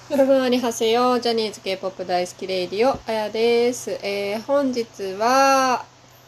ヨルブンアニハセヨジャニーズ K-POP 大好きレイディオあやです。本日は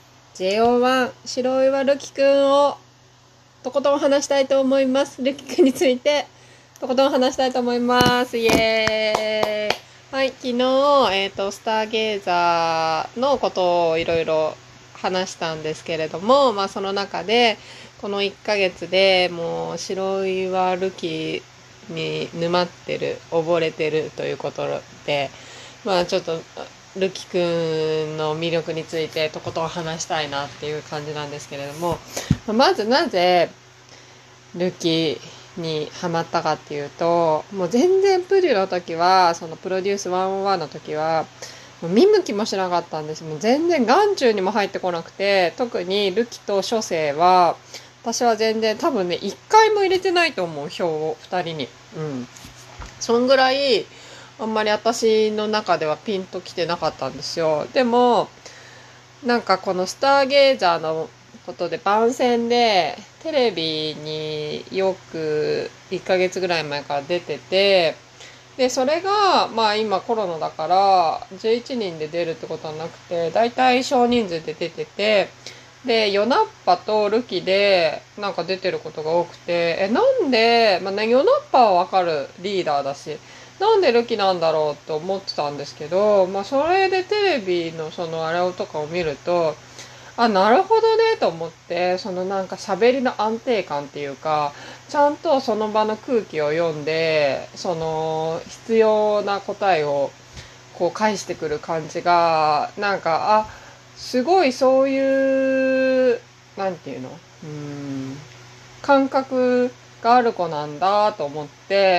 JO1 白岩るきくんをとことん話したいと思います。るきくんについてとことん話したいと思います。イエーイ。はい、昨日、スターゲイザーのことをいろいろ話したんですけれども、その中でこの1ヶ月でもう白岩るきに沼ってる、溺れてるということで、ちょっとるきくんの魅力についてとことん話したいなっていう感じなんですけれども、まずなぜルキにハマったかっていうと、もう全然プデュの時は、そのプロデュース101の時はもう見向きもしなかったんです。もう全然眼中にも入ってこなくて、特にルキと初世は私は全然多分ね1回も入れてないと思う、票を2人に。そんぐらいあんまり私の中ではピンときてなかったんですよ。でもなんかこのスターゲイザーのことで番宣でテレビによく1ヶ月ぐらい前から出てて、でそれが今コロナだから11人で出るってことはなくて、だいたい少人数で出てて、でヨナッパとルキでなんか出てることが多くて、なんで、ヨナッパはわかる、リーダーだし、なんでルキなんだろうと思ってたんですけど、それでテレビのそのあれとかを見ると、なるほどねと思って、そのなんか喋りの安定感っていうか、ちゃんとその場の空気を読んで、その必要な答えをこう返してくる感じが、なんか、すごいそういう、なんていうの、感覚がある子なんだと思って、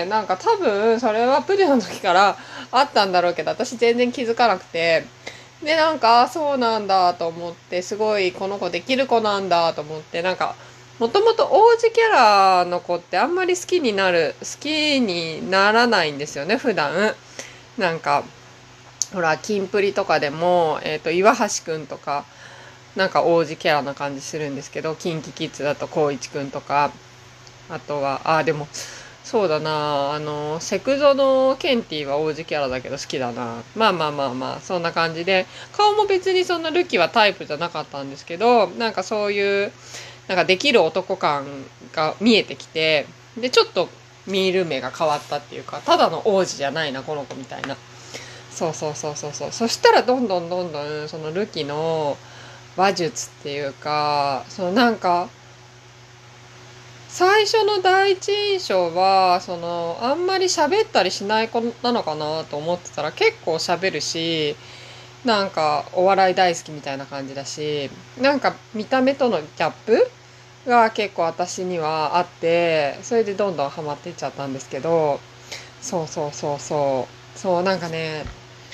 なんか多分それはプリの時からあったんだろうけど、私全然気づかなくて、で、なんか、そうなんだと思って、すごいこの子できる子なんだと思って、なんか、もともと王子キャラの子ってあんまり好きにならないんですよね、普段。なんか、ほら、キンプリとかでも、岩橋くんとか、なんか王子キャラな感じするんですけど、キンキキッズだと光一くんとか、あとは、でも、そうだな、セクゾのケンティは王子キャラだけど好きだな。そんな感じで、顔も別にそんなルキはタイプじゃなかったんですけど、なんかそういう、なんかできる男感が見えてきて、で、ちょっと見る目が変わったっていうか、ただの王子じゃないな、この子みたいな。そうそうそうそうそう。そしたらどんどんどんどん、そのルキの話術っていうか、そのなんか、最初の第一印象は、その、あんまり喋ったりしない子なのかなと思ってたら結構喋るし、なんかお笑い大好きみたいな感じだし、なんか見た目とのギャップが結構私にはあって、それでどんどんハマっていっちゃったんですけど、そうそうそうそう。そう、なんかね、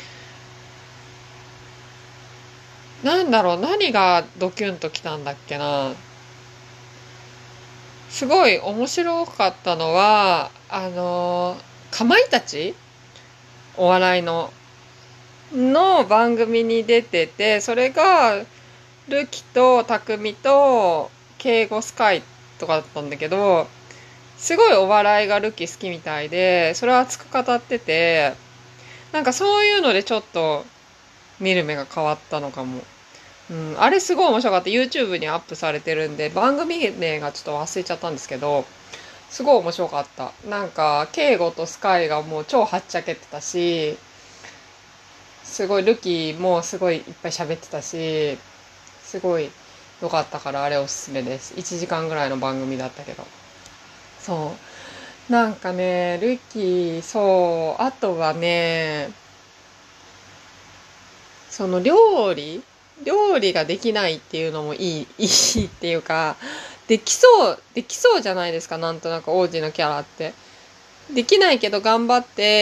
なんだろう、何がドキュンときたんだっけな。すごい面白かったのは、かまいたちお笑いの番組に出てて、それが、ルキとタクミとケイゴスカイとかだったんだけど、すごいお笑いがルキ好きみたいで、それは熱く語ってて、なんかそういうのでちょっと見る目が変わったのかも。あれすごい面白かった。YouTube にアップされてるんで、番組名がちょっと忘れちゃったんですけど、すごい面白かった。なんか、ケイゴとスカイがもう超はっちゃけてたし、すごいルキもすごいいっぱい喋ってたし、すごい良かったからあれおすすめです。1時間ぐらいの番組だったけど。そう。なんかね、ルキ、そう、あとはね、その料理ができないっていうのもいいっていうか、できそうじゃないですか、なんとなく王子のキャラって。できないけど頑張って、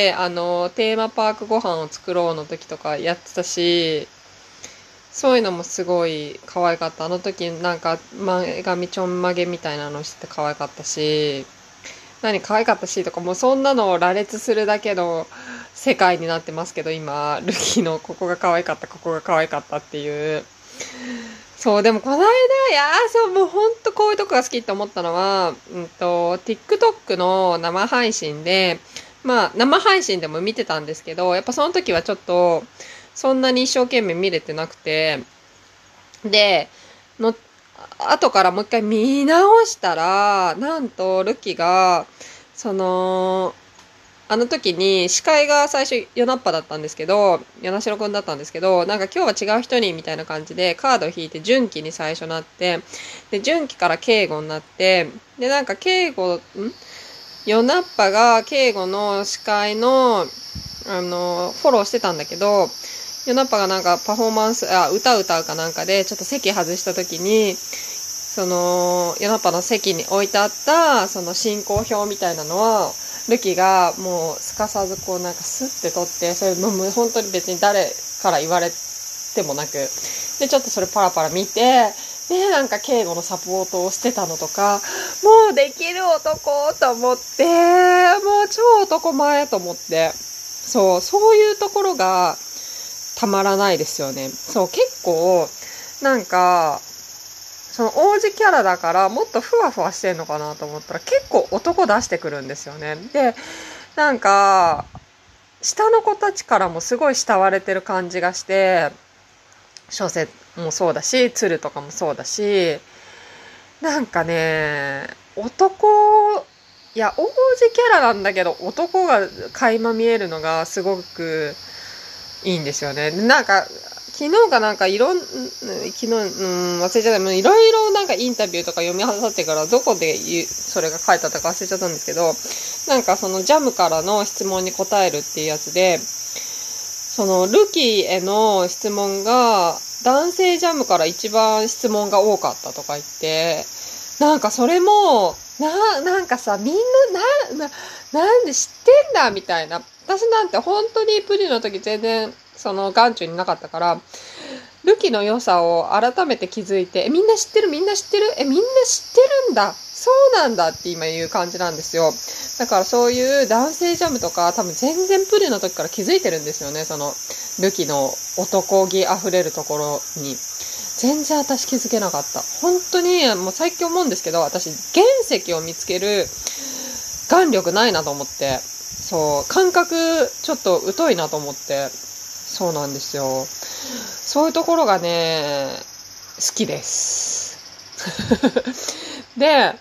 テーマパークご飯を作ろうの時とかやってたし、そういうのもすごい可愛かった。あの時なんか前髪ちょんまげみたいなのしてて可愛かったし、可愛かったしとか、もうそんなのを羅列するだけの世界になってますけど、今、ルキのここが可愛かった、ここが可愛かったっていう。そう、でもこの間、そう、もうほんとこういうとこが好きって思ったのは、TikTok の生配信で、 まあ生配信でも見てたんですけど、やっぱその時はちょっとそんなに一生懸命見れてなくて、での後からもう一回見直したら、なんとルキがそのあの時に司会が最初ヨナッパだったんですけど、ヨナシロくんだったんですけど、なんか今日は違う人にみたいな感じでカードを引いて順期に最初なって、で順期から敬語になって、でなんかヨナッパが敬語の司会のフォローしてたんだけど、ヨナッパがなんかパフォーマンス歌うかなんかでちょっと席外した時に、そのヨナッパの席に置いてあったその進行表みたいなのはルキがもうすかさずこうなんかスッて取って、それもう本当に別に誰から言われてもなく、でちょっとそれパラパラ見て、でなんか敬語のサポートをしてたのとか、もうできる男と思って、もう超男前と思って、そういうところがたまらないですよね。そう結構なんかその王子キャラだからもっとふわふわしてんのかなと思ったら、結構男出してくるんですよね。でなんか下の子たちからもすごい慕われてる感じがして、小説もそうだし鶴とかもそうだし、なんかねいや王子キャラなんだけど男が垣間見えるのがすごくいいんですよね。なんか昨日かなんか忘れちゃった。いろいろなんかインタビューとか読み漁ってからどこでそれが書いてあったか忘れちゃったんですけど、なんかそのジャムからの質問に答えるっていうやつで、そのルキへの質問が男性ジャムから一番質問が多かったとか言って、なんかそれもなんかさ、みんななんで知ってんだみたいな。私なんて本当にプリの時全然その眼中になかったから、ルキの良さを改めて気づいて、みんな知ってるみんな知ってるみんな知ってるんだ、そうなんだって今言う感じなんですよ。だからそういう男性ジャムとか多分全然プリの時から気づいてるんですよね。そのルキの男気あふれるところに全然私気づけなかった。本当にもう最近思うんですけど、私原石を見つける眼力ないなと思って、そう感覚ちょっと疎いなと思って、そうなんですよ。そういうところがね好きですで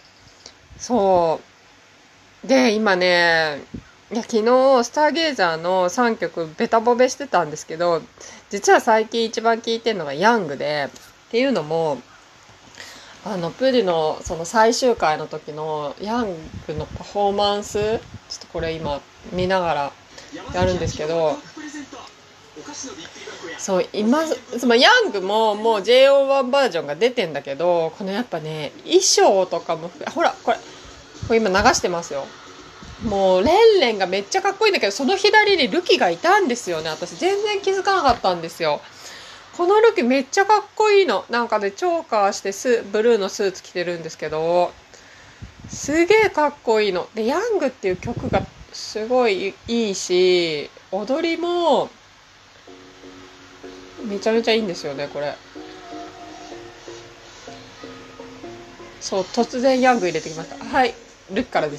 今ね、いや昨日スターゲイザーの3曲ベタボベしてたんですけど、実は最近一番聴いてるのがヤングで、っていうのもプリのその最終回の時のヤングのパフォーマンス、ちょっとこれ今見ながらやるんですけど、そうヤングももう JO1 バージョンが出てんだけど、このやっぱね衣装とかもほらこれ今流してますよ。もうレンレンがめっちゃかっこいいんだけど、その左にルキがいたんですよね。私全然気づかなかったんですよ。このルキめっちゃかっこいいの。なんかねチョーカーしてブルーのスーツ着てるんですけど、すげえかっこいいので、ヤングっていう曲がすごいいいし、踊りもめちゃめちゃいいんですよね。これそう突然ヤング入れてきました。はい、ルキからです。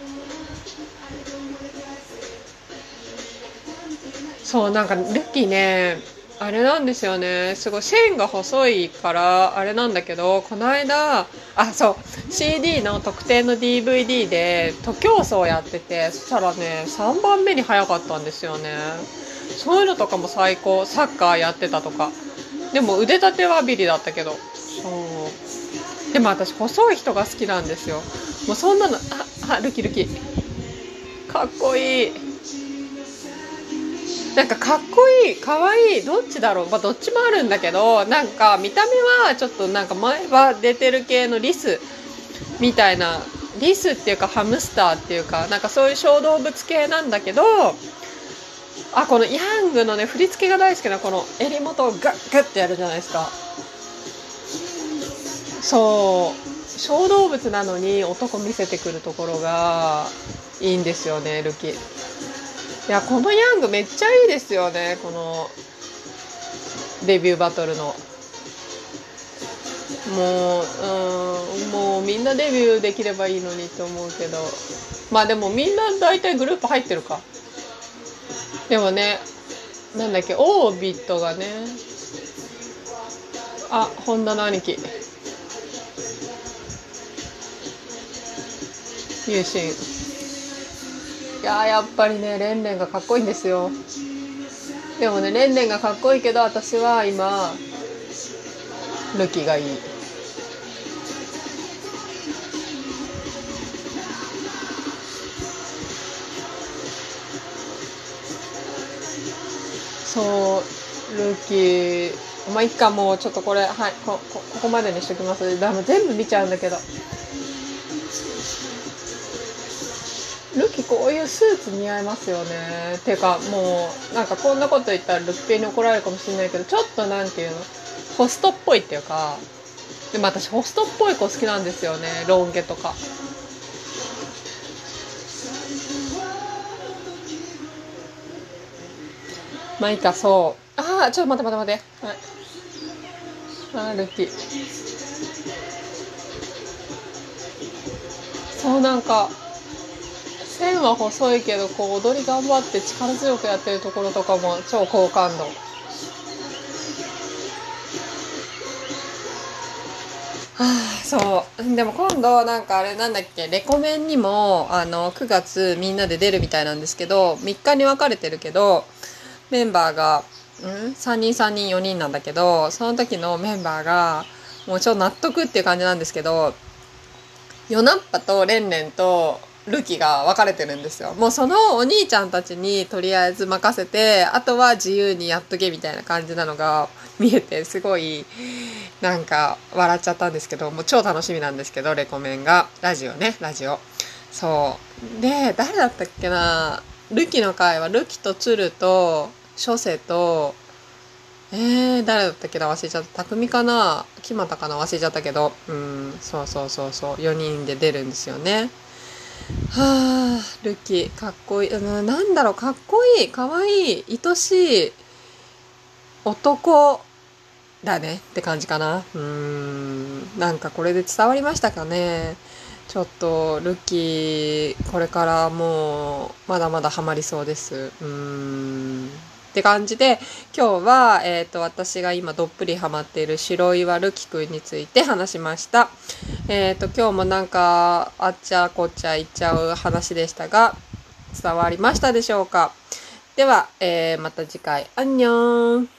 そうなんかルキねあれなんですよね、すごい線が細いからあれなんだけど、この間そう CD の特典の DVD で徒競走やってて、そしたらね3番目に早かったんですよね。そういうのとかも最高。サッカーやってたとか、でも腕立てはビリだったけど、そうでも私細い人が好きなんですよ。もうそんなのルキかっこいい。なんかかっこいいかわいいどっちだろう、どっちもあるんだけど、なんか見た目はちょっとなんか前は出てる系のリスみたいな、リスっていうかハムスターっていうか、なんかそういう小動物系なんだけど、このヤングのね振り付けが大好きな、この襟元をガッガッてやるじゃないですか。そう小動物なのに男見せてくるところがいいんですよね、ルキ。いやこのヤングめっちゃいいですよね。このデビューバトルのもうみんなデビューできればいいのにと思うけど、 まあでもみんな大体グループ入ってるか。でもね、なんだっけ、オービットがね、あ、ホンダの兄貴優心。やっぱりねレンレンがかっこいいんですよ。でもねレンレンがかっこいいけど、私は今ルキがいい。そうルキ、まあいっか、もうちょっとこれ、はい、ここまでにしときます。でも全部見ちゃうんだけど、ルキこういうスーツ似合いますよね。てかもうなんかこんなこと言ったらルッピーに怒られるかもしれないけど、ちょっとなんていうの、ホストっぽいっていうか、でも私ホストっぽい子好きなんですよね。ロン毛とか。まあいいか。そうちょっと待って、はい、ルキ、そうなんか線は細いけどこう踊り頑張って力強くやってるところとかも超好感度。そうでも今度なんかあれなんだっけ、レコメンにも9月みんなで出るみたいなんですけど、3日に分かれてるけどメンバーが3人4人なんだけど、その時のメンバーがもうちょっと納得っていう感じなんですけど、ヨナッパとレンレンとルキが分かれてるんですよ。もうそのお兄ちゃんたちにとりあえず任せて、あとは自由にやっとけみたいな感じなのが見えて、すごいなんか笑っちゃったんですけど、もう超楽しみなんですけど、レコメンがラジオ。そうで、誰だったっけな、ルキの会はルキとツルとショセと誰だったっけな、忘れちゃった。匠かな、決まったかな、忘れちゃったけど、そう4人で出るんですよね。ルキかっこいい。なんだろう、かっこいい、かわいい、愛しい男だねって感じかな。なんかこれで伝わりましたかね。ちょっとルキこれからもうまだまだハマりそうです。って感じで、今日は、私が今どっぷりハマっている白岩ルキくんについて話しました。今日もなんかあっちゃこっちゃ言っちゃう話でしたが、伝わりましたでしょうか。では、また次回、アンニョン。